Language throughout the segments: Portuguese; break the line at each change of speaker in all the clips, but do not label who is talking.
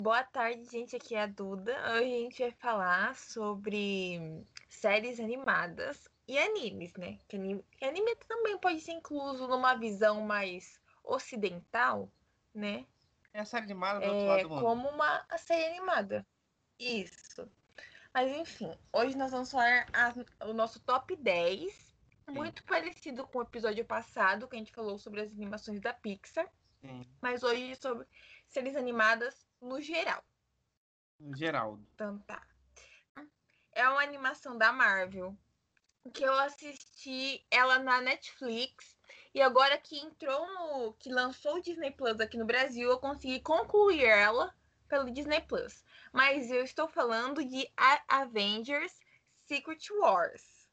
Boa tarde, gente. Aqui é a Duda. Hoje a gente vai falar sobre séries animadas e animes, né? Que anime também pode ser incluso numa visão mais ocidental, né?
É a série animada do outro lado
É
do mundo.
como uma série animada. Isso. Mas enfim, hoje nós vamos falar o nosso top 10,
Sim,
muito parecido com o episódio passado, que a gente falou sobre as animações da Pixar,
sim.
mas hoje é sobre séries animadas no geral.
Geraldo.
Então tá. É uma animação da Marvel que eu assisti ela na Netflix e agora que lançou o Disney Plus aqui no Brasil, eu consegui concluir ela pelo Disney Plus. Mas eu estou falando de Avengers Secret Wars.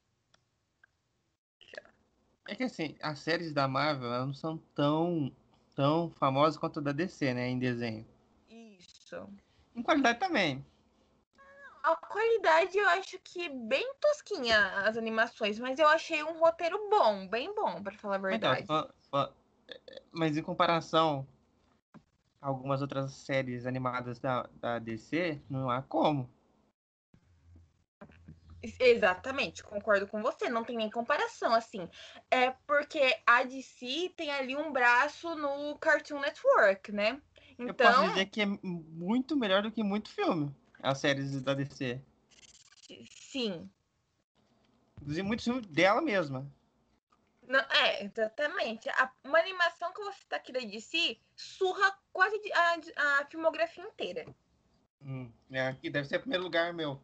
É que assim, as séries da Marvel elas não são tão famosas quanto a da DC, né? Em desenho.
Isso.
Em qualidade também.
A qualidade eu acho que bem tosquinha as animações, mas eu achei um roteiro bom, bem bom, para falar a
Mas então,
verdade.
mas em comparação a algumas outras séries animadas da DC, não há como.
Exatamente, concordo com você, não tem nem comparação, assim. É porque a DC tem ali um braço no Cartoon Network, né?
Eu posso dizer
Então,
que é muito melhor do que muito filme, as séries da DC.
sim.
Inclusive, muito filme dela mesma.
Não, exatamente. Uma animação que você tá aqui da DC surra quase a filmografia inteira.
Aqui deve ser o primeiro lugar meu.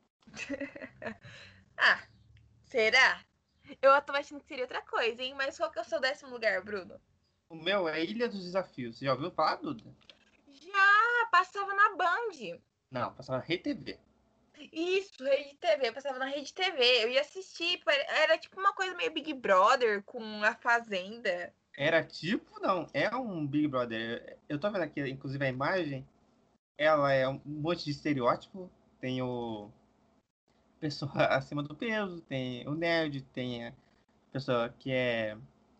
Ah, será? Eu tô achando que seria outra coisa, hein? Mas qual que é o seu 10º lugar, Bruno?
O meu é Ilha dos Desafios. Você já ouviu falar, Duda?
Já passava na Band.
Não, passava na RedeTV.
Isso, Rede TV, eu passava na Rede TV, eu ia assistir, era tipo uma coisa meio Big Brother com a Fazenda.
Era tipo, não, é um Big Brother. Eu tô vendo aqui, inclusive, a imagem. Ela é um monte de estereótipo. Tem o pessoa acima do peso, tem o nerd, tem a pessoa que é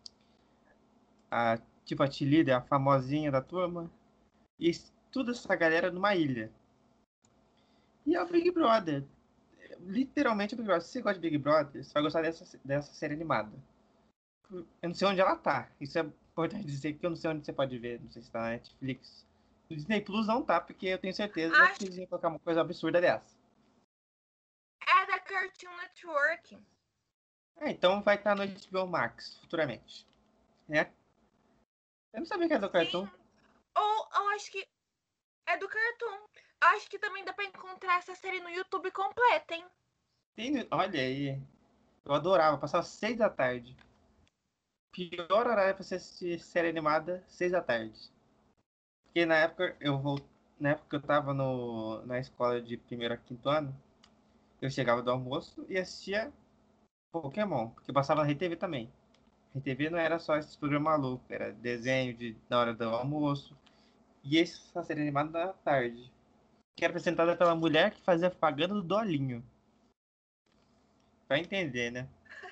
a tipo a cheerleader, a famosinha da turma. E toda essa galera numa ilha. E é o Big Brother. Literalmente o Big Brother. Se você gosta de Big Brother, você vai gostar dessa série animada. Eu não sei onde ela tá. Isso é importante dizer que eu não sei onde você pode ver. Não sei se tá na Netflix. No Disney Plus não tá, porque eu tenho certeza que
Acho
eles iam colocar uma coisa absurda dessa.
que é da Cartoon Network.
Então vai estar no HBO Max futuramente. Né? Eu não sabia que era do Cartoon.
Sim, ou eu acho que é do Cartoon. Acho que também dá pra encontrar essa série no YouTube completa, hein?
Olha aí. Eu adorava. Passava 6 da tarde. Pior horário pra você assistir série animada, 6 da tarde. Porque na época que eu tava na escola de primeiro a quinto ano, eu chegava do almoço e assistia Pokémon, porque passava na RedeTV também. RedeTV não era só esses programas malucos, era desenho na hora do almoço. E essa série animada da tarde, que era apresentada pela mulher que fazia propaganda do Dolinho. Pra entender, né?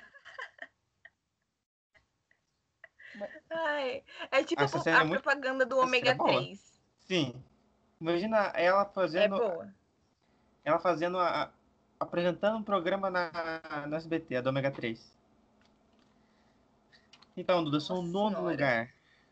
Ai, é tipo
Essa série
a
é muito.
propaganda do
Essa série é
ômega
boa.
3.
Sim. Imagina ela
É
fazendo.
boa.
Ela fazendo apresentando um programa na SBT, a do Ômega 3. Então, Duda, eu sou o
Nossa
nono
senhora.
lugar.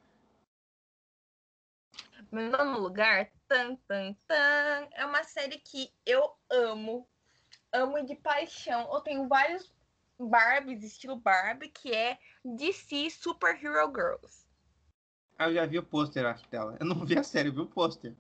Meu nono lugar, Tan Tan Tan, é uma série que eu amo. Amo de paixão. Eu tenho vários Barbies, estilo Barbie, que é DC Super Hero Girls.
Eu já vi o pôster, acho, dela. Eu não vi a série, eu vi o pôster.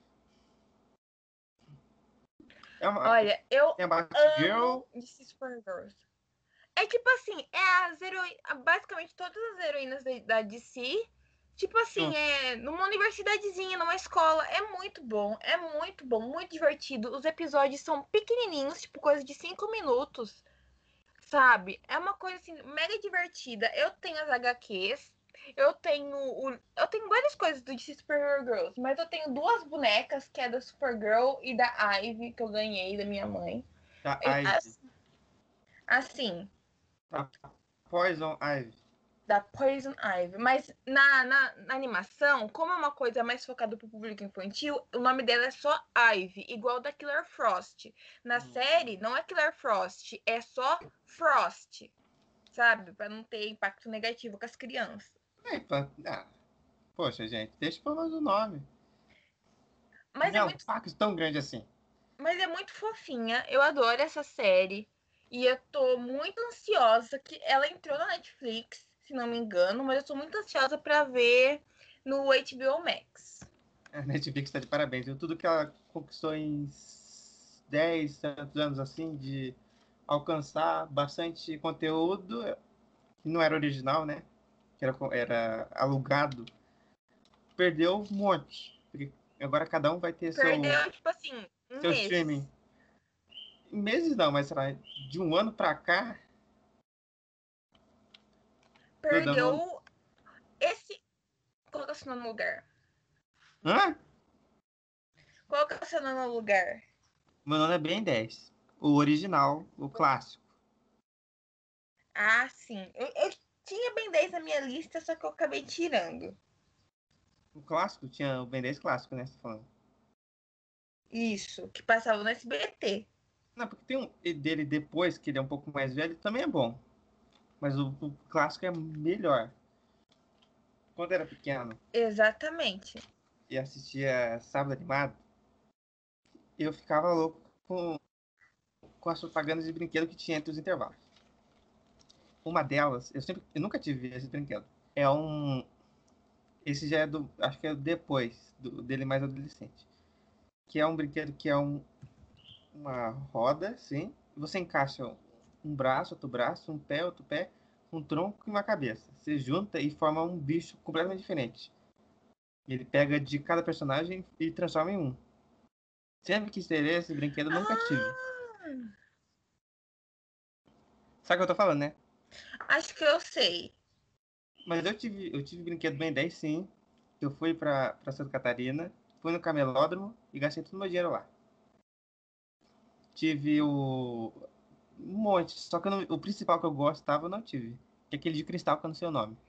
É uma,
Olha, eu
tem a Batgirl.
amo DC Super Girls. É tipo assim, basicamente todas as heroínas da DC. Tipo assim,
Junto.
numa universidadezinha, numa escola. É muito bom, muito divertido. Os episódios são pequenininhos, tipo coisa de 5 minutos. Sabe? É uma coisa assim, mega divertida. Eu tenho as HQs, eu tenho várias coisas do DC Superhero Girls, mas eu tenho duas bonecas, que é da Supergirl e da Ivy, que eu ganhei da minha mãe.
Da
E,
Ivy.
assim,
Da Poison Ivy.
Da Poison Ivy. Mas na animação, como é uma coisa mais focada pro público infantil, o nome dela é só Ivy, igual da Killer Frost. Na série, não é Killer Frost, é só Frost, sabe? Pra não ter impacto negativo com as crianças.
Poxa, gente, deixa pelo menos o nome.
Mas
Não é um impacto tão grande assim.
Mas é muito fofinha. Eu adoro essa série. E eu tô muito ansiosa que ela entrou na Netflix, se não me engano, mas eu tô muito ansiosa pra ver no HBO Max.
A Netflix tá de parabéns, viu? Tudo que ela conquistou em 10 tantos anos assim, de alcançar bastante conteúdo que não era original, né? Que era alugado. Perdeu um monte. Porque agora cada um vai ter
Perdeu, tipo assim, um
seu
mês.
streaming. Em meses não, mas sei lá, de um ano pra cá, tô dando.
Perdeu esse. Coloca seu nome no lugar.
Hã?
Coloca seu nome no lugar.
Meu nome é Ben 10. O original, o clássico.
Ah, sim. Eu tinha Ben 10 na minha lista, só que eu acabei tirando.
O clássico tinha o Ben 10 clássico, né? Você tá falando.
Isso, que passava no SBT.
Não, porque tem um dele depois, que ele é um pouco mais velho, também é bom. Mas o clássico é melhor. Quando eu era pequeno
Exatamente.
e assistia Sábado Animado, eu ficava louco com as propagandas de brinquedo que tinha entre os intervalos. Uma delas, eu nunca tive esse brinquedo. É um. Esse já é do. Acho que é depois dele mais adolescente. Que é um brinquedo que é uma roda, sim. E você encaixa um braço, outro braço, um pé, outro pé, um tronco e uma cabeça. Você junta e forma um bicho completamente diferente. Ele pega de cada personagem e transforma em um. Sempre quis ter esse brinquedo, nunca tive.
Ah,
Sabe o que eu tô falando, né?
acho que eu sei.
Mas eu tive brinquedo Ben 10, sim. Eu fui pra Santa Catarina, fui no camelódromo e gastei todo o meu dinheiro lá. Tive um monte, só que o principal que eu gostava eu não tive. Que é aquele de cristal que eu não sei o nome.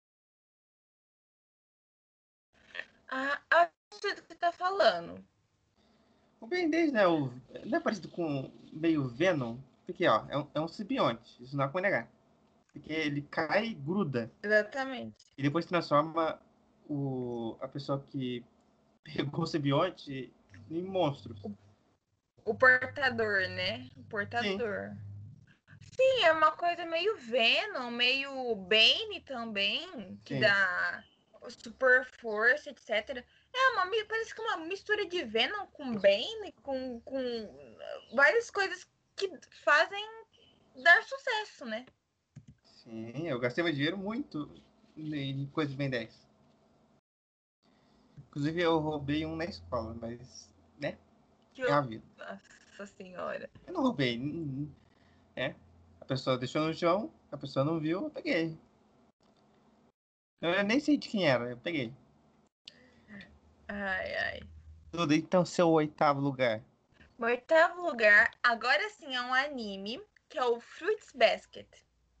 Ah, acho que você tá falando.
O Ben 10, né? Não é parecido com meio Venom? Porque, ó, é um simbionte, isso não há como negar. Porque ele cai e gruda.
Exatamente.
E depois transforma a pessoa que pegou o simbionte em monstros.
O portador, né? O
Sim,
portador. Sim, é uma coisa meio Venom, meio Bane também, que
sim.
dá super força, etc. Parece que uma mistura de Venom com Bane, com várias coisas que fazem dar sucesso, né?
Sim, eu gastei meu dinheiro muito em coisas Ben 10. Inclusive eu roubei um na escola, mas, né?
Que
É a
eu...
vida.
Nossa senhora.
Eu não roubei, é. A pessoa deixou no chão, a pessoa não viu, eu peguei. Eu nem sei de quem era, eu peguei.
Ai, ai.
Tudo, então seu oitavo lugar.
Meu oitavo lugar, agora sim, é um anime, que é o Fruits Basket.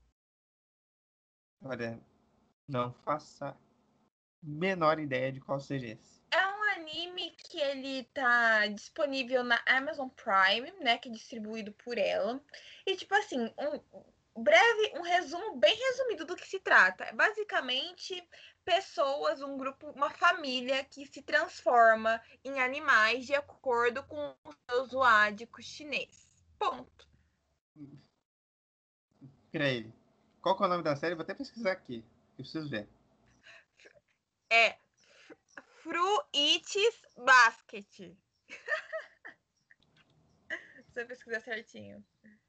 Olha, não faça a menor ideia de qual seja esse.
É um anime que ele tá disponível na Amazon Prime, né, que é distribuído por ela. E tipo assim, um resumo bem resumido do que se trata. É basicamente pessoas, um grupo, uma família que se transforma em animais de acordo com o seu zoádico chinês. Ponto.
Pra ele. Qual que é o nome da série? Vou até pesquisar aqui. Eu preciso ver.
É Fruits Basket. Você pesquisar certinho.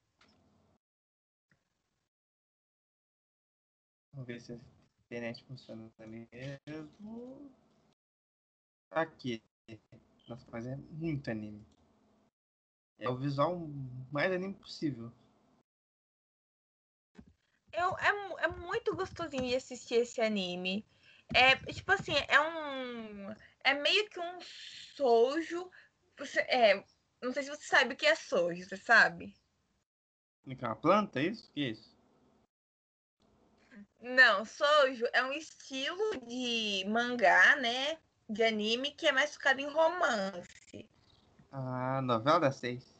Vamos ver se a internet funciona mesmo. Aqui. Nossa, mas é muito anime. É o visual mais anime possível.
É muito gostosinho de assistir esse anime. É, tipo assim, É meio que um shoujo. Não sei se você sabe o que é shoujo, você sabe?
É uma planta, é isso? Que é isso?
Não, shoujo é um estilo de mangá, né? De anime que é mais focado em romance.
Ah, novela das 6.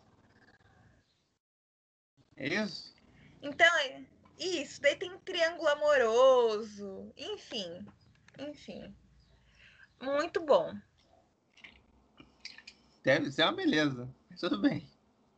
É isso?
Então, isso. Daí tem triângulo amoroso. Enfim. Enfim. Muito bom.
Deve ser uma beleza. Mas tudo bem.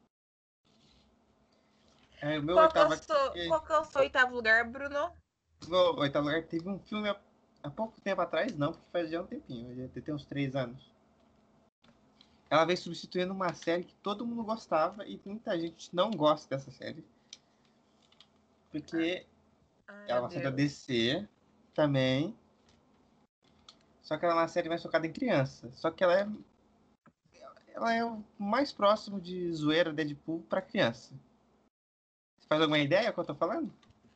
É, o meu
Qual que é o
oitavo
seu,
aqui.
qual que é o seu oitavo lugar, Bruno?
Meu oitavo lugar teve um filme há pouco tempo atrás, não, porque faz já um tempinho, já tem uns 3 anos. Ela veio substituindo uma série que todo mundo gostava e muita gente não gosta dessa série. Porque
Ai,
ela é
meu
uma série da
Deus.
DC também. Só que ela é uma série mais focada em criança. Só que ela é o mais próximo de zoeira Deadpool pra criança. Você faz alguma ideia do que eu tô falando?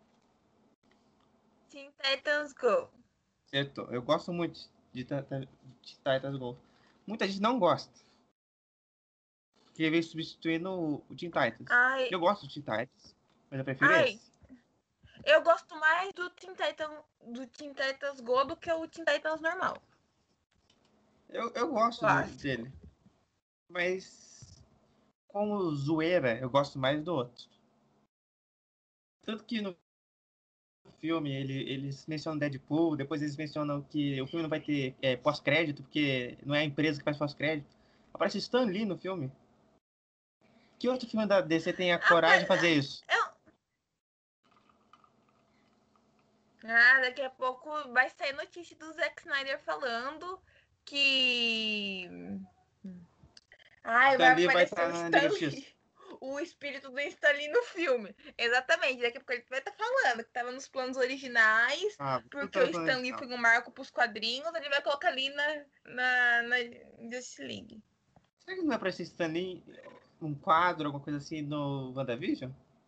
Teen Titans Go.
Certo. Eu gosto muito de Titans Go. Muita gente não gosta. Que veio substituindo o Teen Titans.
Ai,
Eu gosto do Teen Titans, mas eu prefiro
ai,
esse.
eu gosto mais do Teen Titans Go do que o Teen Titans normal.
Eu gosto
Clássico.
dele. Mas como zoeira, eu gosto mais do outro. Tanto que no filme eles mencionam Deadpool, depois eles mencionam que o filme não vai ter pós-crédito, porque não é a empresa que faz pós-crédito. Aparece Stan Lee no filme. Que outro filme da DC tem a coragem de fazer isso?
Daqui a pouco vai sair notícia do Zack Snyder falando que. Ai, vai
Stan Lee vai
aparecer
estar
o
na Liga
Stan
da Justiça.
Lee. O espírito do Stan Lee no filme. Exatamente. Daqui a pouco ele vai estar falando que estava nos planos originais,
Ah, tudo
porque
tá
o
no plano
Stan Lee
original.
foi um marco para os quadrinhos, ele vai colocar ali na Justice League.
Será que não vai aparecer Stan Lee, um quadro, alguma coisa assim no WandaVision?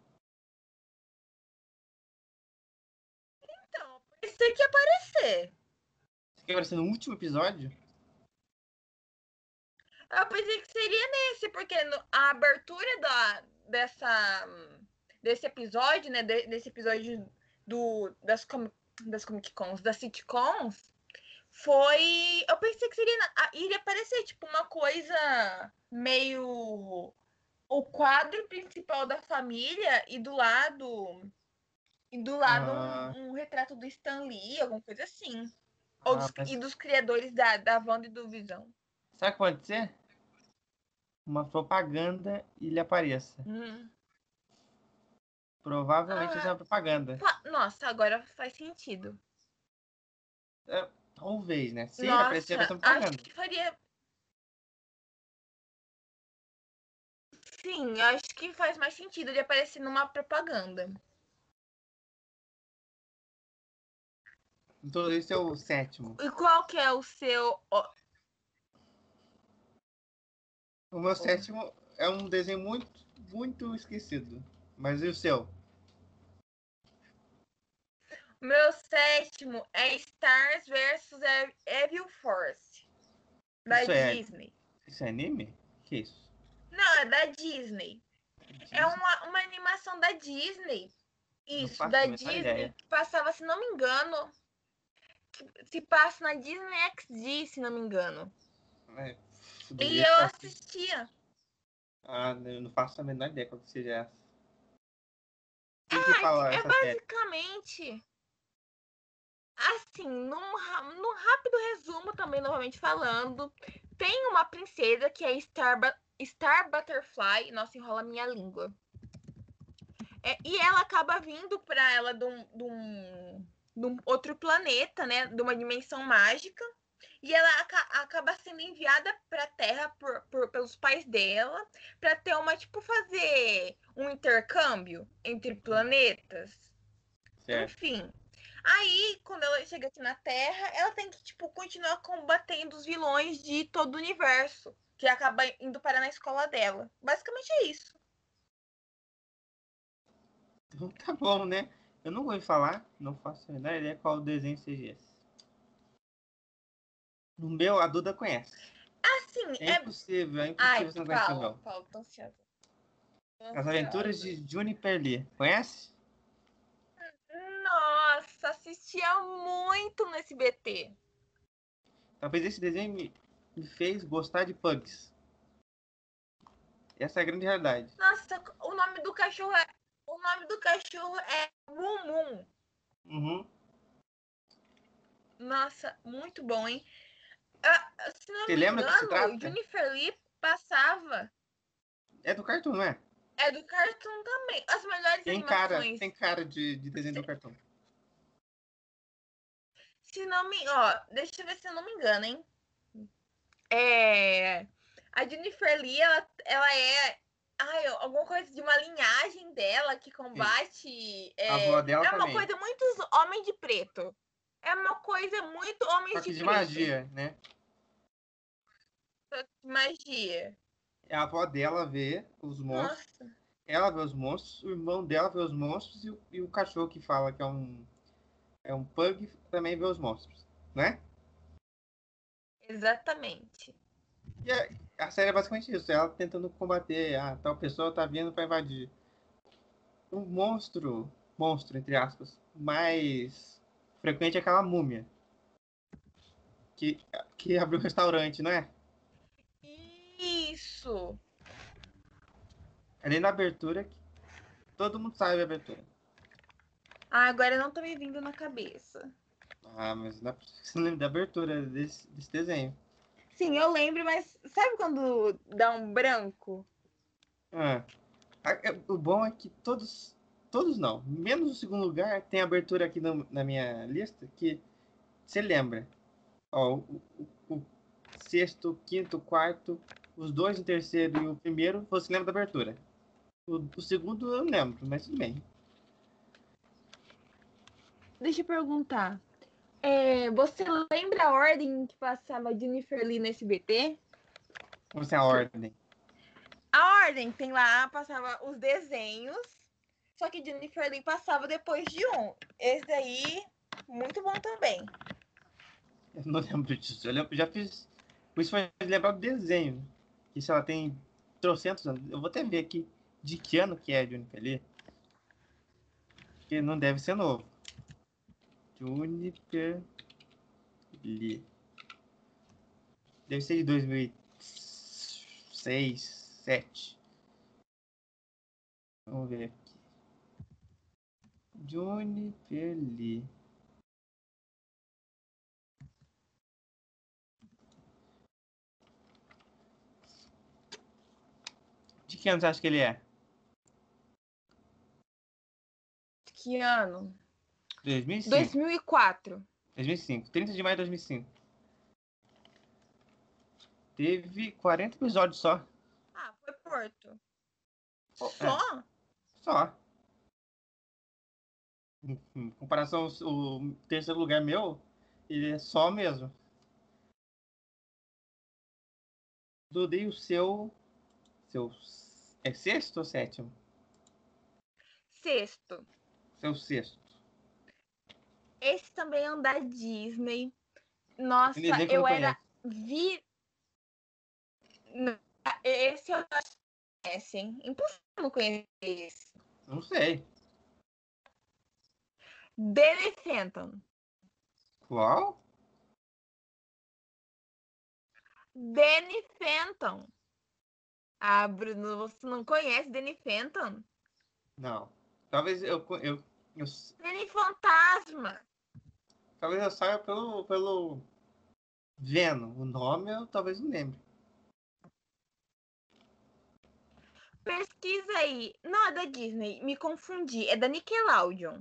Então, pensei que ia aparecer.
Você quer aparecer no último episódio?
Eu pensei que seria nesse, porque a abertura desse episódio, né? Desse episódio das Comic Cons, das sitcoms, foi. Eu pensei que iria aparecer, tipo, uma coisa meio. O quadro principal da família e do lado. E do lado
Ah,
um retrato do Stan Lee, alguma coisa assim. E
mas
dos criadores da Wanda e do Visão.
sabe o que pode ser? Uma propaganda e ele apareça.
Hum.
Provavelmente vai ser
Ah,
uma propaganda.
nossa, agora faz sentido.
Talvez, né? Se ele aparecer, vai ser
Nossa,
uma
acho
propaganda.
que faria. Sim, acho que faz mais sentido de aparecer numa propaganda.
Então, esse é o sétimo.
E qual que é o seu.
O meu sétimo é um desenho muito, muito esquecido. Mas e o seu?
Meu sétimo é Stars versus Evil Force, da
Isso é,
Disney.
isso é anime? Que isso?
Não, é da Disney. É
Disney?
uma animação da Disney.
Não
Isso,
faço
da
a menor
Disney,
ideia.
que passava, se não me engano, se passa na Disney XD, se não me engano.
É,
E
poderia
eu
estar aqui.
assistia.
Ah, eu não faço a menor ideia qual que seja essa. O que que fala
É
essa série?
basicamente assim, num rápido resumo, também novamente falando, tem uma princesa que é Star Butterfly, nossa, enrola minha língua. E ela acaba vindo para ela de um outro planeta, né? De uma dimensão mágica. E ela acaba sendo enviada para a Terra pelos pais dela para ter tipo, fazer um intercâmbio entre planetas.
Certo.
Enfim. Aí, quando ela chega aqui na Terra, ela tem que, tipo, continuar combatendo os vilões de todo o universo. Que acaba indo parar na escola dela. Basicamente é isso.
Então tá bom, né? Eu não vou falar, não faço a menor ideia qual desenho seja esse. No meu, a Duda conhece.
Assim,
É
Ai,
impossível você não conhecer o
fala,
meu.
fala, tô ansiosa. Tô
As Aventuras
ansiosa.
de Juniper Lee. Conhece?
Nossa, assistia muito no SBT.
Talvez esse desenho me fez gostar de pugs. Essa é a grande realidade.
Nossa, o nome do cachorro é Mumu.
Uhum.
Nossa, muito bom, hein? Se não
Você
me
lembra do que se
engano,
trata?
Jennifer Lee passava.
É do Cartoon, não é?
É do Cartoon também. As melhores animações.
Tem cara de desenho do Cartoon.
Se não me. Ó, deixa eu ver se eu não me engano, hein? É. A Jennifer Lee, ela é. Ai, alguma coisa de uma linhagem dela que
Sim.
combate.
A avó dela
É uma
também.
coisa muito homem de preto. É uma coisa muito homens
Só
de
que de
preto.
magia, né?
Magia.
A avó dela vê os monstros.
Nossa,
Ela vê os monstros. O irmão dela vê os monstros. E o cachorro que fala que é um pug também vê os monstros. Né?
exatamente.
E a série é basicamente isso. Ela tentando combater. Ah, tal pessoa tá vindo pra invadir. O monstro, entre aspas, mais frequente é aquela múmia. Que, que abriu um restaurante, não é?
Isso.
Ali na abertura, que todo mundo sabe a abertura.
Ah, agora não tá me vindo na cabeça.
Ah, mas não é possível que você não lembra da abertura desse desenho.
Sim, eu lembro, mas sabe quando dá um branco?
Ah, o bom é que todos não, menos o segundo lugar, tem abertura aqui na minha lista que você lembra. Ó, o sexto, o quinto, o quarto, os dois, o terceiro e o primeiro, você lembra da abertura. O segundo eu não lembro, mas tudo bem.
Deixa eu perguntar. Você lembra a ordem que passava Jennifer Lee no SBT?
Como assim a ordem?
A ordem tem lá, passava os desenhos, só que Jennifer Lee passava depois de um. Esse daí, muito bom também.
Eu não lembro disso. Eu lembro, já fiz. Isso foi lembrar do desenho. Que se ela tem trocentos anos. Eu vou até ver aqui de que ano que é Juniper Lee. Que não deve ser novo. Juniper Lee. Deve ser de 2006, 2007. Vamos ver aqui. Juniper Lee. De que ano você acha que ele é?
Que ano?
2005.
2004.
2005. 30 de maio de 2005. Teve 40 episódios só.
Ah, foi Porto.
É,
Só?
só. Em comparação o terceiro lugar meu, ele é só mesmo. Dudei o seu é sexto ou sétimo?
Sexto.
Seu sexto.
Esse também é um da Disney.
Tem
Nossa,
desenho que eu não
eu era
conheço.
Não, esse eu acho que conhece, hein? Impossível não conhecer esse.
Não sei.
Danny Phantom.
Qual?
Danny Phantom. Ah, Bruno, você não conhece Danny Phantom?
Não. Talvez eu
Danny Fantasma.
talvez eu saiba pelo vendo. O nome eu talvez não lembre.
Pesquisa aí. Não é da Disney, me confundi. É da Nickelodeon.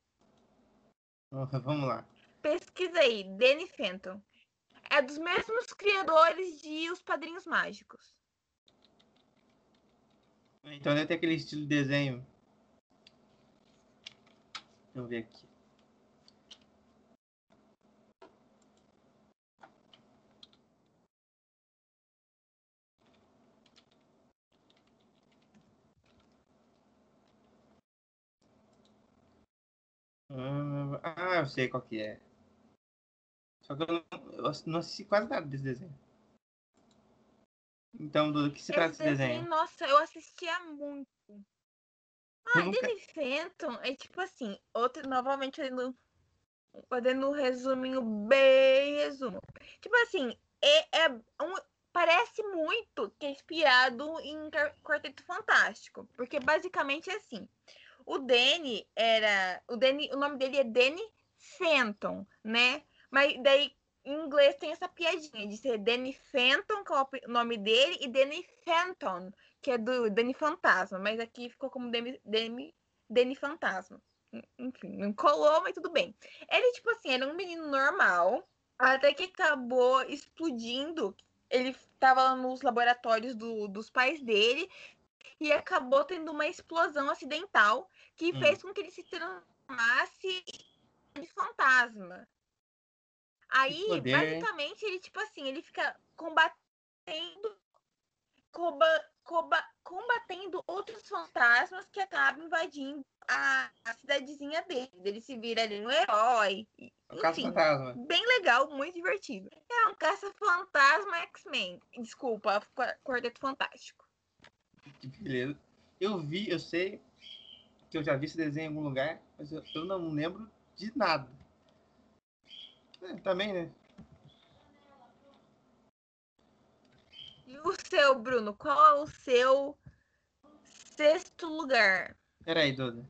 Vamos lá.
Pesquisa aí, Danny Phantom. É dos mesmos criadores de Os Padrinhos Mágicos.
Então deve ter aquele estilo de desenho. Deixa eu ver aqui. Eu sei qual que é. Só que eu não assisti quase nada desse desenho. Então, do que se trata
Esse
esse desenho?
desenho, nossa, eu assistia muito.
Eu nunca...
Danny Phantom é tipo assim, outro, novamente fazendo um resuminho bem resumo. Tipo assim, parece muito que é inspirado em Quarteto Fantástico, porque basicamente é assim. O nome dele é Danny Phantom, né? Mas daí em inglês tem essa piadinha de ser Danny Phantom, que é o nome dele, e Danny Phantom, que é do Danny Fantasma, mas aqui ficou como Danny Fantasma. Enfim, não colou, mas tudo bem. Ele, tipo assim, era um menino normal, até que acabou explodindo. Ele tava lá nos laboratórios dos pais dele e acabou tendo uma explosão acidental que fez com que ele se transformasse em fantasma.
Que
Aí,
poder, hein?
basicamente, ele, tipo assim, ele fica combatendo combatendo outros fantasmas que acabam invadindo a cidadezinha dele. Ele se vira ali um herói.
O
Enfim,
Caça-Fantasma.
bem legal, muito divertido. É um caça-fantasma X-Men. Desculpa, Quarteto Fantástico.
Que beleza. Eu sei que eu já vi esse desenho em algum lugar, mas eu não lembro de nada. Também, né?
E o seu, Bruno? Qual é o seu sexto lugar?
Peraí, Duda.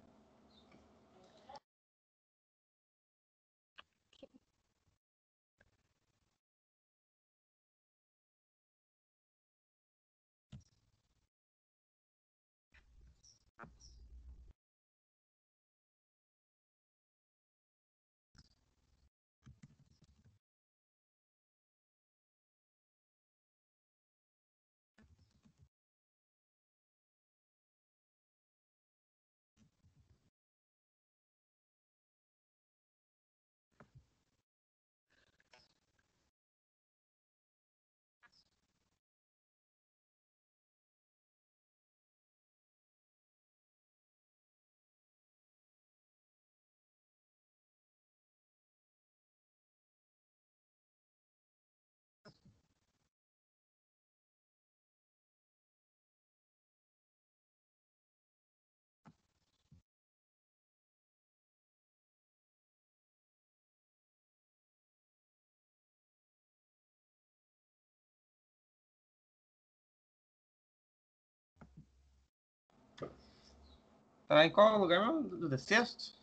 Tá em qual lugar mesmo, Duda? Sexto?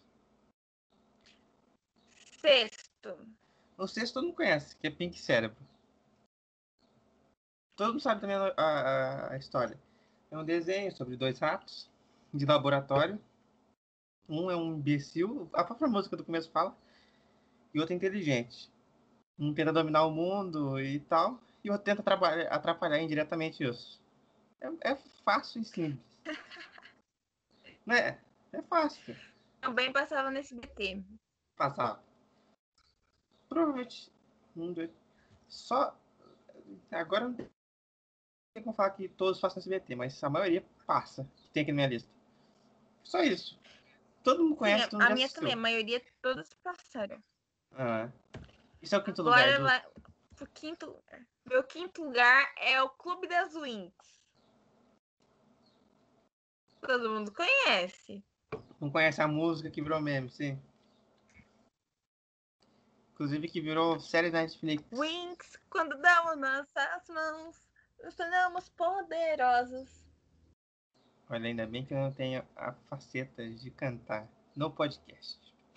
Sexto.
O sexto todo mundo conhece, que é Pink Cérebro. Todo mundo sabe também a história. É um desenho sobre dois ratos de laboratório. Um é um imbecil, a própria música do começo fala, e outro é inteligente. Um tenta dominar o mundo e tal, e o outro tenta atrapalhar indiretamente isso. É fácil e simples. Não é? É fácil.
Também passava no SBT.
Passar. Provavelmente. Um, dois. Só. Agora não tem como falar que todos façam SBT, mas a maioria passa, que tem aqui na minha lista. Só isso. Todo mundo
Sim,
conhece, todo mundo
a
já
minha também, a
assistiu.
maioria todas passaram.
Ah, isso é o quinto lugar,
Agora
Edu.
lá pro quinto lugar. Meu quinto lugar é o Clube das Winx. Todo mundo conhece.
Não conhece a música que virou meme, sim. Inclusive que virou série da Netflix.
Winx, quando damos nossas mãos, nos tornamos poderosos.
Olha, ainda bem que eu não tenho a faceta de cantar no podcast.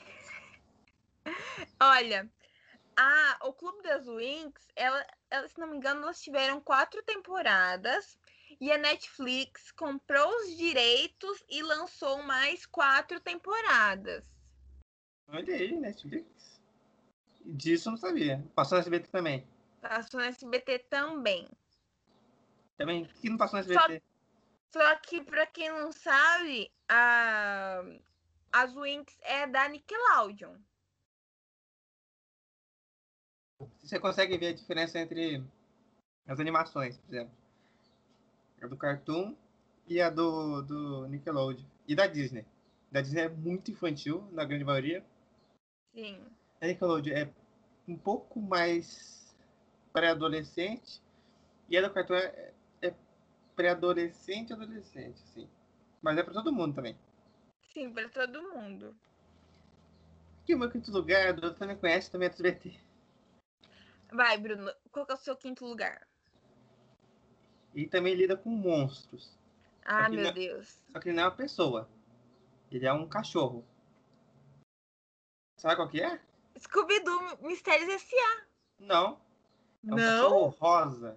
Olha, o Clube das Winx, se não me engano, elas tiveram 4 temporadas e a Netflix comprou os direitos e lançou mais 4 temporadas.
Olha aí, Netflix. Disso eu não sabia. Passou no SBT também.
Passou no SBT também.
Também, que não passou no
Só,
SBT?
só que, pra quem não sabe, as Winx é da Nickelodeon.
Você consegue ver a diferença entre as animações, por exemplo. A do Cartoon e a do Nickelodeon. E da Disney. Da Disney é muito infantil, na grande maioria.
Sim.
A Nickelodeon é um pouco mais pré-adolescente. E a do Cartoon é pré-adolescente e adolescente, assim. Mas é pra todo mundo também.
Sim, pra todo mundo.
E o meu quinto lugar, o Dudu também conhece, também é do SBT.
Vai, Bruno, qual que é o seu quinto lugar?
E também lida com monstros. Só
Ah,
que,
meu Deus.
só que ele não é uma pessoa. Ele é um cachorro. Sabe qual que é?
Scooby-Doo Mistérios S.A.
Não. É um cachorro
Não?
rosa.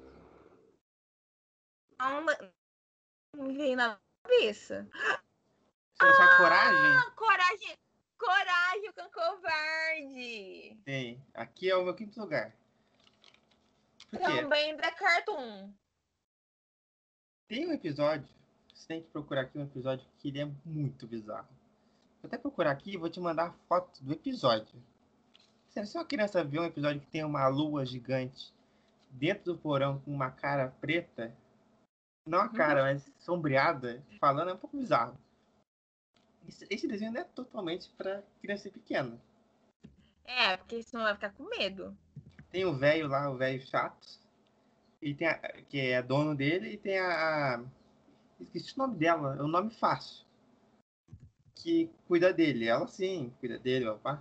Não, não me veio na cabeça.
Você não sabe coragem?
Ah, coragem! Coragem, o cão covarde!
Tem. Aqui é o meu quinto lugar. Por quê?
Também da Cartoon.
Tem um episódio. Você tem que procurar aqui um episódio que ele é muito bizarro. Vou até procurar aqui e vou te mandar a foto do episódio. Sério, se uma criança vê um episódio que tem uma lua gigante dentro do porão com uma cara preta, não a cara, mas sombreada, falando, é um pouco bizarro. Esse desenho não é totalmente para criança pequena.
É, porque senão vai ficar com medo.
Tem o velho lá, o velho chato, e tem que é dono dele, e tem esqueci o nome dela, é um nome fácil. Que cuida dele. Ela sim, cuida dele, papá.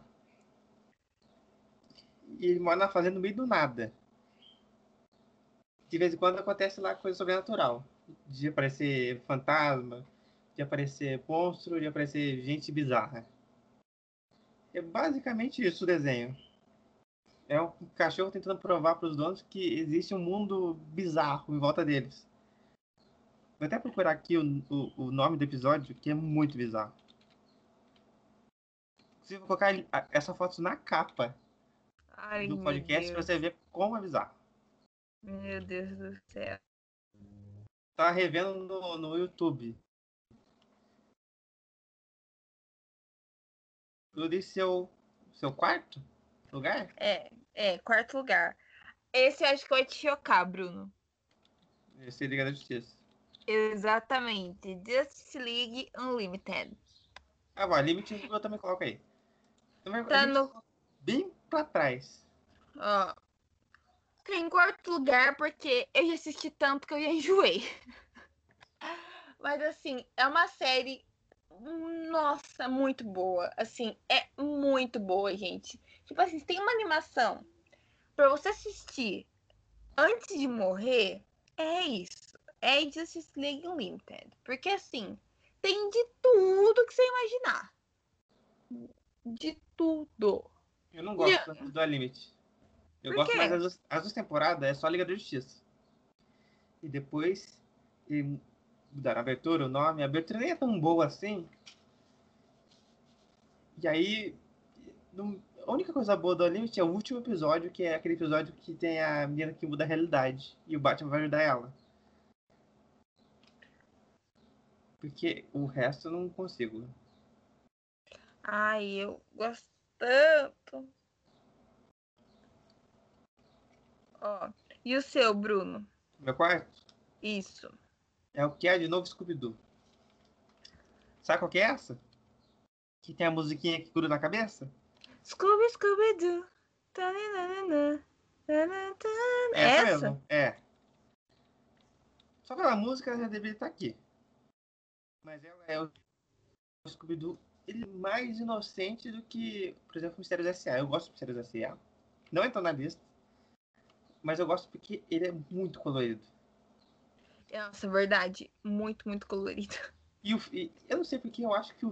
E ele mora na fazenda no meio do nada. De vez em quando acontece lá coisa sobrenatural. De aparecer fantasma, de aparecer monstro, de aparecer gente bizarra. É basicamente isso o desenho. É um cachorro tentando provar para os donos que existe um mundo bizarro em volta deles. Vou até procurar aqui o nome do episódio, que é muito bizarro. Se eu colocar essa foto na capa
Ai,
do
meu
podcast para você
Deus.
ver como é bizarro.
Meu Deus do céu.
Tá revendo no YouTube. Eu disse seu quarto lugar?
Quarto lugar. Esse eu acho que vai te chocar, Bruno.
Esse é Liga da Justiça.
Exatamente. Justice League Unlimited.
Ah, bom, Limite eu também coloco aí. A
Tá
Limite
no.
bem pra trás.
Ó, tá em quarto lugar porque eu já assisti tanto que eu já enjoei. Mas assim, é uma série. Nossa, muito boa. Assim, é muito boa, gente. Tipo assim, se tem uma animação pra você assistir antes de morrer, é isso. É Justice League Unlimited. Porque assim, tem de tudo que você imaginar. De tudo.
Eu não
E-
gosto tanto do Limite. Eu
Por
gosto mais
quê?
as duas temporadas, é só Liga da Justiça. E depois mudaram a abertura, o nome. A abertura nem é tão boa assim. E aí, a única coisa boa do Limite é o último episódio, que é aquele episódio que tem a menina que muda a realidade. E o Batman vai ajudar ela. Porque o resto eu não consigo.
Ai, eu gosto tanto. Ó. E o seu, Bruno?
Meu quarto
Isso.
é o que é de novo Scooby-Doo. Sabe qual que é essa? Que tem a musiquinha que gruda na cabeça?
Scooby, Scooby-Doo. Tananana, tananana.
É essa
Essa?
mesmo. É. Só pela música ela já deveria estar aqui. Mas ela é o Scooby-Doo, ele é mais inocente do que, por exemplo, Mistérios S.A. Eu gosto de Mistérios S.A. Não entrou na lista, mas eu gosto porque ele é muito colorido.
Nossa, verdade. Muito, muito colorido.
E eu não sei porque eu acho que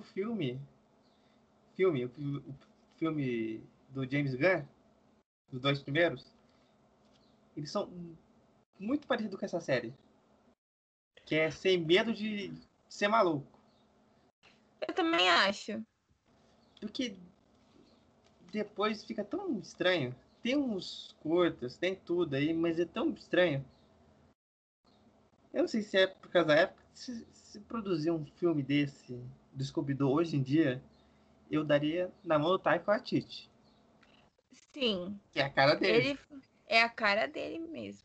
o filme do James Gunn, os dois primeiros, eles são muito parecidos com essa série. Que é Sem Medo de Ser Maluco.
Eu também acho.
Porque depois fica tão estranho. Tem uns curtas, tem tudo aí, mas é tão estranho. Eu não sei se é por causa da época. Se produzir um filme desse, do Scooby-Doo hoje em dia, eu daria na mão do Taika Waititi.
Sim.
Que é a cara dele.
Ele é a cara dele mesmo.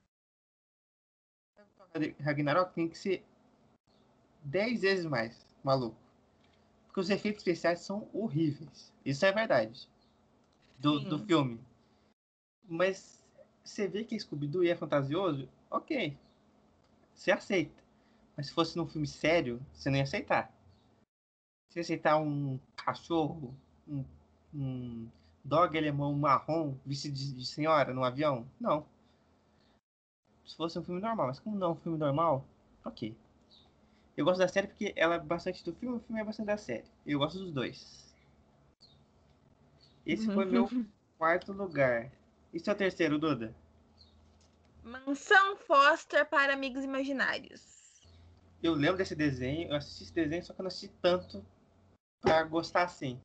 Ragnarok tem que ser 10 vezes mais maluco. Porque os efeitos especiais são horríveis. Isso é verdade. Do
Sim.
filme. Mas você vê que Scooby-Doo é fantasioso, ok. Você aceita. Mas se fosse num filme sério, você não ia aceitar. Se aceitar um cachorro, um, um dog alemão marrom vestido de senhora no avião? Não. Se fosse um filme normal, mas como não é um filme normal, ok. Eu gosto da série porque ela é bastante do filme, o filme é bastante da série. Eu gosto dos dois. Esse foi meu quarto lugar. E seu terceiro, Duda?
Mansão Foster para Amigos Imaginários.
Eu lembro desse desenho, eu assisti esse desenho, só que eu não assisti tanto pra gostar assim.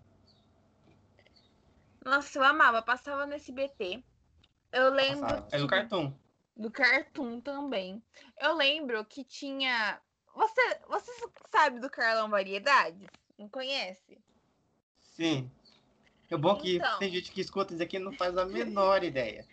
Nossa, eu amava, passava no SBT. Eu lembro
Passava. É do Cartoon.
do Cartoon também. Eu lembro que tinha. Você sabe do Carlão Variedades? Não conhece?
Sim. É bom que tem
Então,
gente que escuta isso aqui e não faz a menor ideia.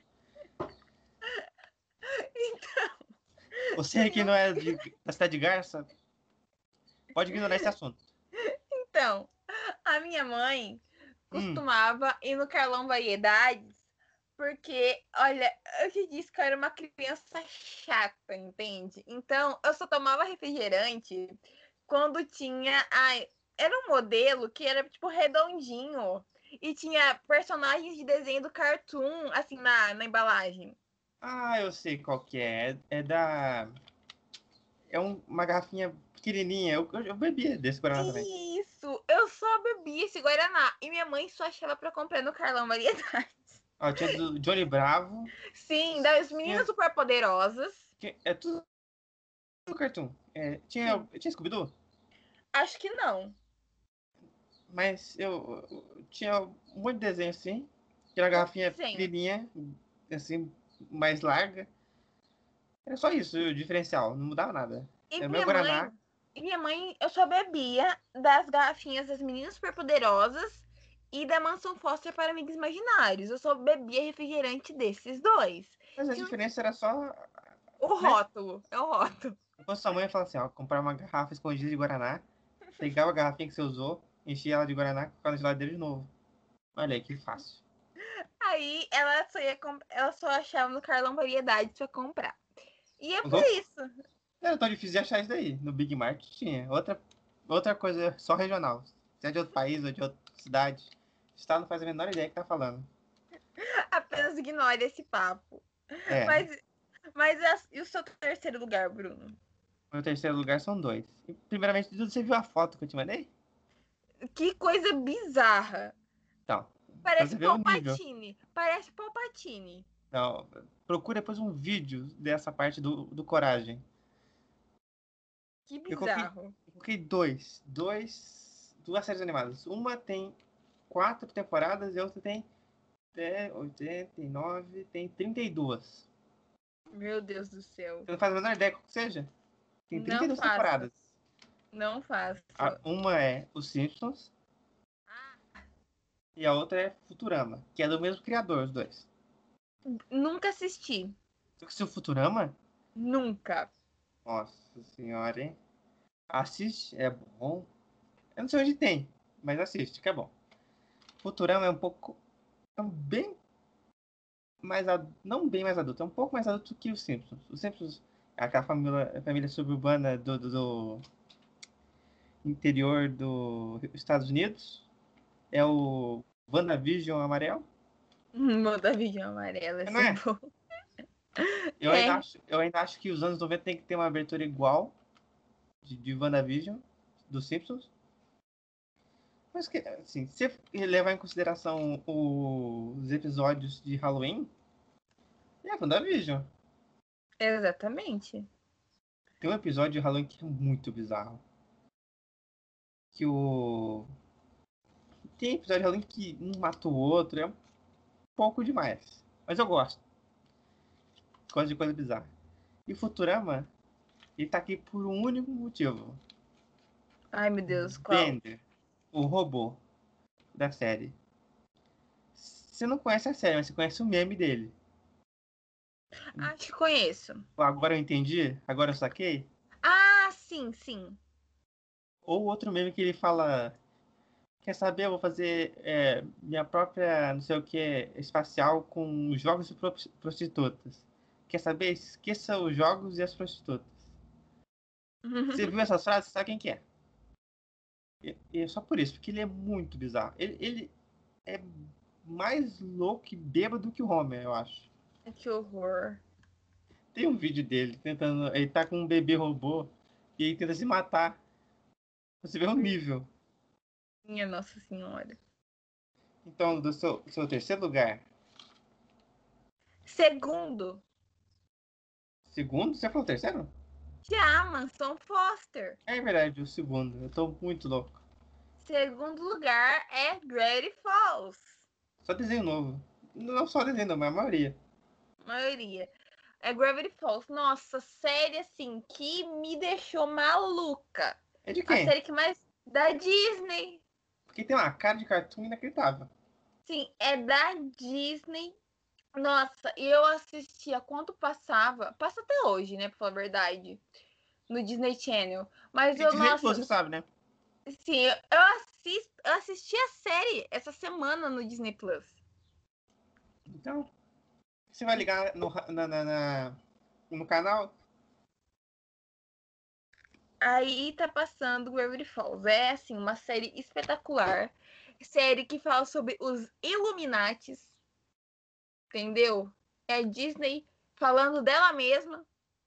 Você que
tinha.
não é da cidade de Garça, pode ignorar esse assunto.
Então, a minha mãe
Hum.
costumava ir no Carlão Variedades porque, olha, eu te disse que eu era uma criança chata, entende? Então, eu só tomava refrigerante quando tinha. Ai, era um modelo que era tipo redondinho e tinha personagens de desenho do Cartoon, assim, na embalagem.
Ah, eu sei qual que é. É da. É uma garrafinha pequenininha. Eu bebia desse Guaraná também.
Isso! Eu só bebia esse Guaraná e minha mãe só achava pra comprar no Carlão Variedades.
Ó, tinha do Johnny Bravo.
Sim, das
Tinha,
meninas superpoderosas.
é tudo do Cartoon. É,
Sim,
tinha Scooby-Doo,
acho que não.
mas eu tinha um monte de desenho assim. Tinha uma
Qual
garrafinha
desenho?
pequenininha, assim, mais larga. Era só isso, o diferencial. Não mudava nada.
E
É o meu
minha mãe,
Guaraná.
eu só bebia das garrafinhas das meninas superpoderosas e da Mansão Foster para Amigos Imaginários. Eu só bebia refrigerante desses dois.
Mas a
Se não-
diferença era só,
O
né?
rótulo, é o rótulo.
Depois sua mãe fala assim, ó, comprar uma garrafa escondida de Guaraná, pegava a garrafinha que você usou, enchia ela de Guaraná e colocava na geladeira de novo. Olha aí, que fácil.
Aí ela só achava no Carlão Variedades para comprar. E é
Os
por
outros,
isso.
não era tão difícil de achar isso daí. No Big Mart tinha. Outra coisa só regional. Se é de outro país ou de outra cidade, o estado não faz a menor ideia que tá falando.
Apenas ignore esse papo.
É,
Mas, e o seu terceiro lugar, Bruno?
meu terceiro lugar são dois. E, primeiramente, de tudo, você viu a foto que eu te mandei?
Que coisa bizarra.
Então, pra
Parece
você ver o nível.
Palpatine. Parece Palpatine.
Então, procura depois um vídeo dessa parte do Coragem.
Que
Eu coloquei,
bizarro.
eu coloquei duas séries animadas. Uma tem 4 temporadas e a outra tem até 89, tem 32.
Meu Deus do céu.
Você não faz a menor ideia qual que seja? Tem
Não
32
faço.
temporadas.
Não faço.
Uma é Os Simpsons
Ah,
e a outra é Futurama, que é do mesmo criador, os dois.
nunca assisti.
Só que se o Futurama,
Nunca.
nossa senhora, hein? Assiste, é bom. Eu não sei onde tem, mas assiste, que é bom. Futurama é um pouco. É bem mais não bem mais adulto, é um pouco mais adulto que os Simpsons. Os Simpsons é aquela família suburbana do interior dos Estados Unidos. É o WandaVision amarelo.
Manda vídeo amarelo,
Não
esse é
é?
bom. É.
Eu ainda acho que os anos 90 tem que ter uma abertura igual de WandaVision, dos Simpsons. Mas que, assim, se você levar em consideração os episódios de Halloween, é WandaVision.
Exatamente.
Tem um episódio de Halloween que é muito bizarro. Que o Tem episódio de Halloween que um mata o outro, é um pouco demais. Mas eu gosto. Gosto de coisa bizarra. E o Futurama, ele tá aqui por um único motivo.
Ai, meu Deus, qual?
Bender, o robô da série. Você não conhece a série, mas você conhece o meme dele.
Acho que conheço.
Agora eu entendi? Agora eu saquei?
Ah, sim, sim.
Ou outro meme que ele fala: Quer saber? Eu vou fazer minha própria, não sei o que, espacial com jogos e prostitutas. Quer saber? Esqueça os jogos e as prostitutas. Você viu essas frases? Sabe quem que é? E é só por isso, porque ele é muito bizarro. Ele é mais louco e bêbado que o Homer, eu acho.
Que horror.
Tem um vídeo dele tentando. Ele tá com um bebê robô e ele tenta se matar. Você vê o nível.
Minha Nossa Senhora.
Então, do seu terceiro lugar.
Segundo,
Segundo? Você falou terceiro?
já Mansão Foster.
É verdade, o segundo. Eu tô muito louco.
Segundo lugar é Gravity Falls.
Só desenho novo. Não só desenho novo, mas a maioria.
A maioria. É Gravity Falls. Nossa, série assim que me deixou maluca.
É de
A
quem?
série que mais. Da Disney.
Porque tem uma cara de cartoon inacreditável.
Sim, é da Disney. Nossa, e eu assistia quando passava. Passa até hoje, né? Pra falar a verdade. No Disney Channel. Mas
Tem
eu,
Disney Plus,
nossa,
você sabe, né?
sim, eu assisti a série essa semana no Disney Plus.
Então, você vai ligar no canal.
Aí tá passando Gravity Falls. É assim, uma série espetacular. Série que fala sobre os Illuminates, entendeu? É Disney falando dela mesma.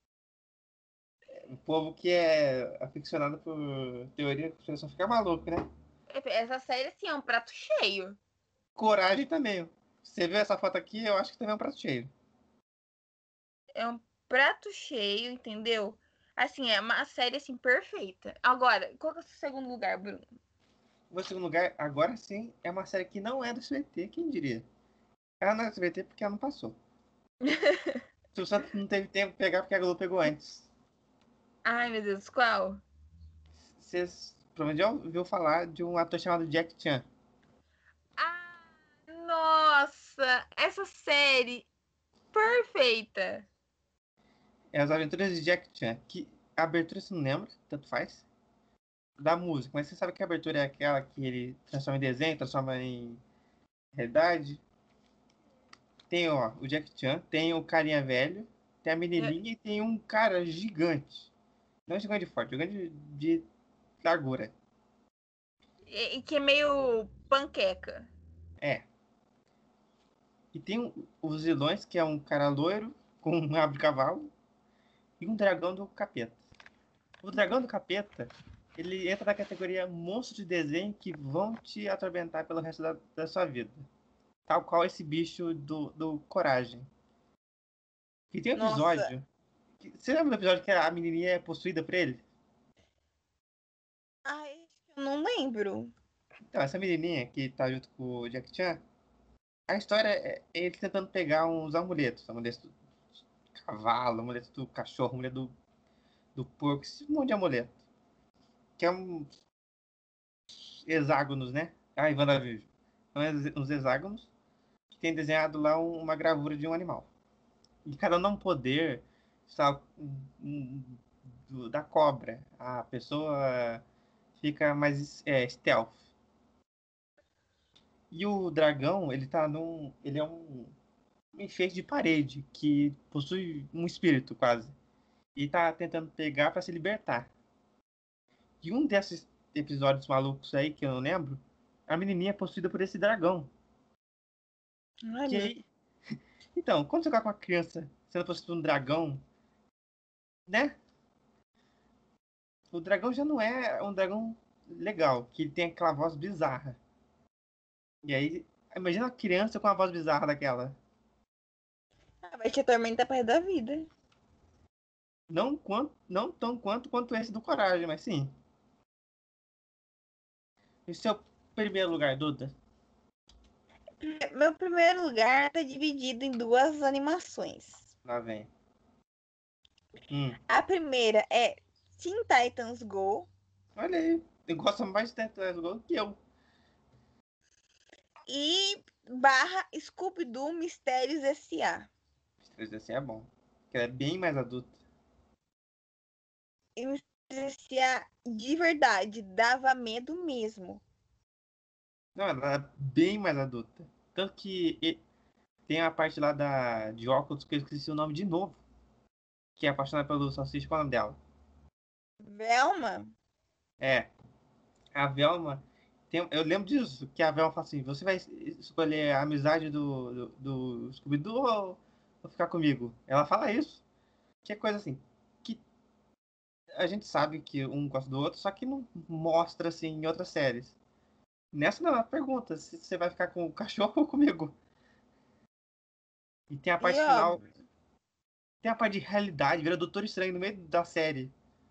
O povo que é aficionado por teoria da conspiração fica maluco, né?
Essa série, assim, é um prato cheio.
Coragem também. Você viu essa foto aqui? Eu acho que também é um prato cheio.
É um prato cheio, entendeu? Assim, é uma série, assim, perfeita. Agora, qual que é o seu segundo lugar, Bruno?
O meu segundo lugar, agora sim, é uma série que não é do SBT, quem diria? Ela não é do SBT porque ela não passou. O Santos não teve tempo de pegar porque a Globo pegou antes.
Ai, meu Deus, qual?
Vocês provavelmente já ouviu falar de um ator chamado Jack Chan.
Ah, nossa! Essa série perfeita.
É As Aventuras de Jack Chan. Que a abertura você não lembra, tanto faz, da música. Mas você sabe que a abertura é aquela que ele transforma em desenho, transforma em realidade. Tem, ó, o Jack Chan, tem o carinha velho, tem a menininha e tem um cara gigante. Não gigante de forte, gigante de largura.
E que é meio panqueca.
É. E tem os vilões, que é um cara loiro com um rabo de cavalo e um dragão do capeta. O dragão do capeta, ele entra na categoria monstro de desenho que vão te atormentar pelo resto da sua vida. Tal qual esse bicho do Coragem. E tem um
Nossa.
episódio. Você lembra do episódio que a menininha é possuída por ele?
Ai, eu não lembro.
Então, essa menininha que tá junto com o Jack Chan, a história é ele tentando pegar uns amuletos. Amuleto do cavalo, amuleto do cachorro, amuleto do porco, esse monte de amuleto. Que é hexágonos, né? Ah, Ivana Virgem. São uns hexágonos que tem desenhado lá uma gravura de um animal. E cada um dá um poder, sabe, da cobra. A pessoa fica mais stealth. E o dragão, ele tá num. Ele é um enfeite de parede que possui um espírito quase. E tá tentando pegar pra se libertar. E um desses episódios malucos aí que eu não lembro, a menininha é possuída por esse dragão.
Ai,
Que
meu.
aí. Então, quando você tá com uma criança sendo possuída por um dragão, né? O dragão já não é um dragão legal, que ele tem aquela voz bizarra. E aí, imagina uma criança com uma voz bizarra daquela.
Ah, vai te atormentar pra resto da vida.
Não tão quanto esse do Coragem, mas sim. Esse é o primeiro lugar, Duda.
Meu primeiro lugar tá dividido em duas animações.
Lá vem. Hum,
A primeira é Teen Titans Go
olha aí. Eu gosto mais de Tetris Gol que eu.
e barra Scooby-Doo Mistérios S.A.
Esse assim é bom. Porque ela é bem mais adulta.
E Mistérios S.A. de verdade dava medo mesmo.
Não, ela é bem mais adulta. Tanto que tem a parte lá de óculos que eu esqueci o nome de novo. Que é apaixonada pelo Salsicha, qual é o nome dela?
Velma?
É. A Velma. Eu lembro disso, que a Velma fala assim: você vai escolher a amizade do Scooby-Doo ou ficar comigo? Ela fala isso. Que é coisa assim. Que a gente sabe que um gosta do outro, só que não mostra assim em outras séries. Nessa não, ela pergunta se você vai ficar com o cachorro ou comigo. E tem a
E
parte final.
óbvio.
Tem a parte de realidade, vira Doutor Estranho no meio da série.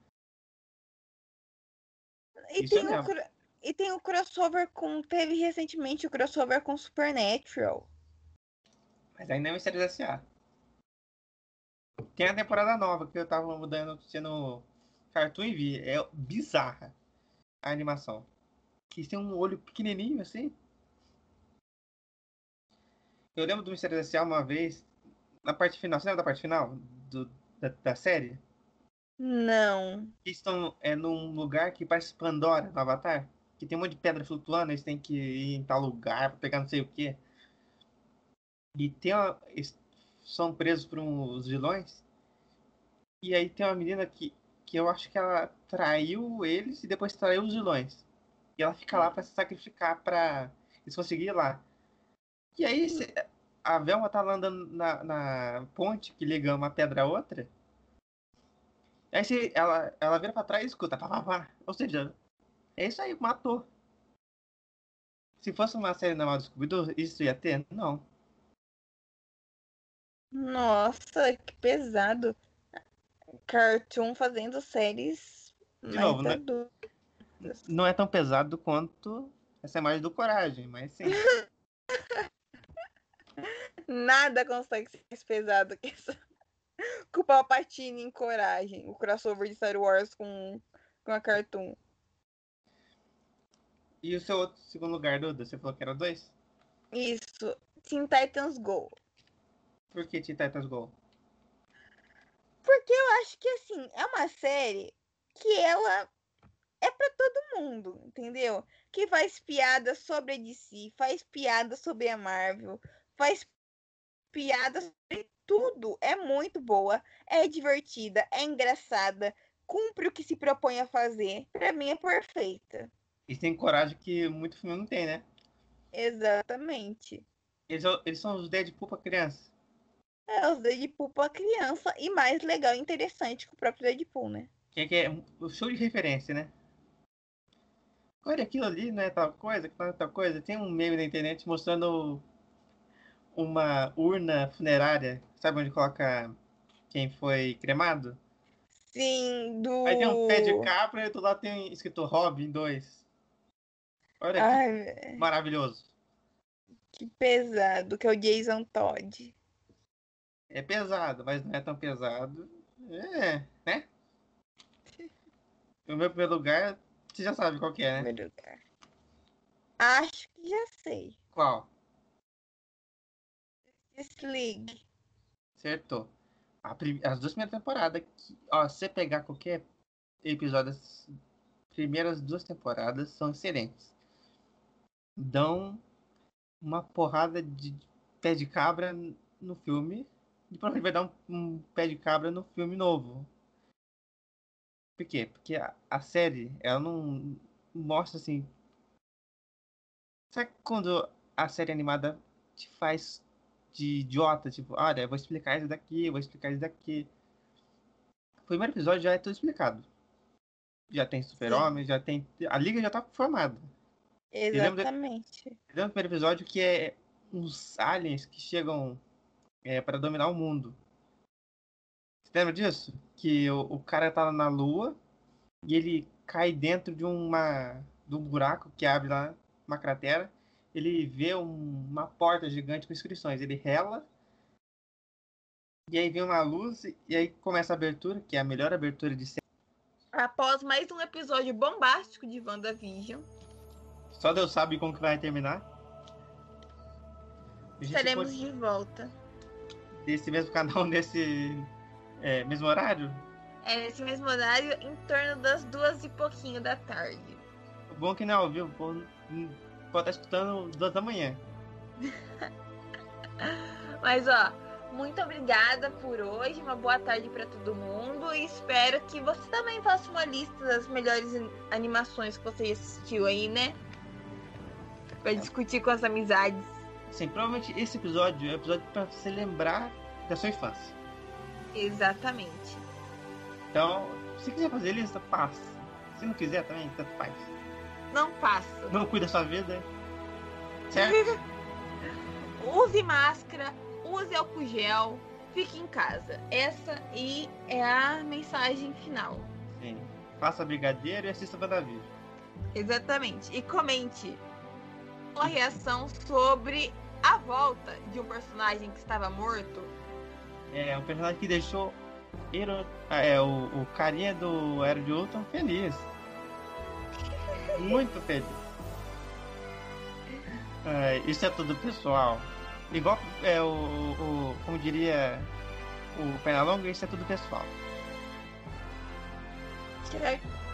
E
Isso eu
tem o,
lembro.
e tem o crossover com. Teve recentemente o crossover com Supernatural.
Mas ainda é um Mistério S.A. Tem a temporada nova que eu tava mudando, sendo Cartoon e vi. É bizarra a animação. Que tem um olho pequenininho assim. Eu lembro do Mistério S.A. uma vez, na parte final. Você lembra da parte final da série?
Não.
Eles estão num lugar que parece Pandora, no Avatar. Que tem um monte de pedra flutuando, eles têm que ir em tal lugar pra pegar não sei o quê. E eles são presos por uns vilões. E aí tem uma menina que eu acho que ela traiu eles e depois traiu os vilões. E ela fica lá pra se sacrificar pra eles conseguirem ir lá. E aí a Velma tá lá andando na ponte que liga uma pedra a outra. Aí ela vira pra trás e escuta, pá, pá, pá. Ou seja, é isso aí, matou. Se fosse uma série normal do Scooby-Doo, isso ia ter? Não.
Nossa, que pesado. Cartoon fazendo séries
De
mais
novo,
adultas.
não é tão pesado quanto essa imagem do Coragem, mas sim.
Nada consegue ser mais pesado que isso. Com o Palpatine em Coragem. O crossover de Star Wars com a Cartoon.
E o seu outro segundo lugar, Duda? Você falou que era dois?
Isso. Teen Titans Go.
Por que Teen Titans Go?
Porque eu acho que, assim, é uma série que ela é pra todo mundo, entendeu? Que faz piada sobre a DC, faz piada sobre a Marvel, faz piada sobre tudo. É muito boa, é divertida, é engraçada, cumpre o que se propõe a fazer. Pra mim é perfeita.
Eles têm coragem que muito filme não tem, né?
Exatamente.
Eles são os Deadpool pra criança.
É os Deadpool pra criança e mais legal e interessante que o próprio Deadpool, né?
Que é o show de referência, né? Olha aquilo ali, não é tal coisa, que não é tal coisa. Tem um meme na internet mostrando uma urna funerária. Sabe onde coloca quem foi cremado?
Sim,
Aí tem um pé de
do.
cabra e do lado tem escrito Robin 2. Olha que
Ai,
maravilhoso.
que pesado, que é o Jason Todd.
É pesado, mas não é tão pesado. É, né? O meu primeiro lugar, você já sabe qual que é, né?
Primeiro lugar. Acho que já sei.
Qual?
Desligue.
Acertou. As duas primeiras temporadas. Ó, se você pegar qualquer episódio das primeiras duas temporadas, são excelentes. Dão uma porrada de pé de cabra no filme. E provavelmente vai dar um pé de cabra no filme novo. Por quê? Porque a série, ela não mostra assim. Sabe quando a série animada te faz de idiota? Tipo, olha, eu vou explicar isso daqui, eu vou explicar isso daqui. O primeiro episódio já é tudo explicado. Já tem
Sim,
Super-Homem, já tem. A Liga já tá formada. Eu lembro,
exatamente.
eu lembro do primeiro episódio que é uns aliens que chegam para dominar o mundo. Você lembra disso? Que o cara tá na Lua e ele cai dentro de um buraco que abre lá, uma cratera. Ele vê uma porta gigante com inscrições. Ele rela e aí vem uma luz e aí começa a abertura, que é a melhor abertura de sempre.
Após mais um episódio bombástico de WandaVision,
Só Deus sabe como que vai terminar. A gente
estaremos
pode
de volta.
desse mesmo canal nesse mesmo horário.
É nesse mesmo horário, em torno das 2 e pouquinho da tarde.
O bom é que não é ao vivo, pode estar escutando 2 da manhã.
Mas ó, Muito obrigada por hoje, uma boa tarde para todo mundo e espero que você também faça uma lista das melhores animações que você assistiu aí, né? Pra discutir com as amizades.
Sim, provavelmente esse episódio é o episódio pra você lembrar da sua infância.
Exatamente.
Então, se quiser fazer lista, passa. Se não quiser também, tanto faz.
Não passa.
Não cuida da sua vida, certo?
Use máscara, use álcool gel, fique em casa. Essa aí é a mensagem final.
Sim. Faça brigadeiro e assista WandaVision.
Exatamente. E comente uma reação sobre a volta de um personagem que estava morto.
É um personagem que deixou o carinha do Era de Ultron feliz. Muito feliz. Isso é tudo, pessoal. Igual como diria o Pernalonga, isso é tudo pessoal.
Certo.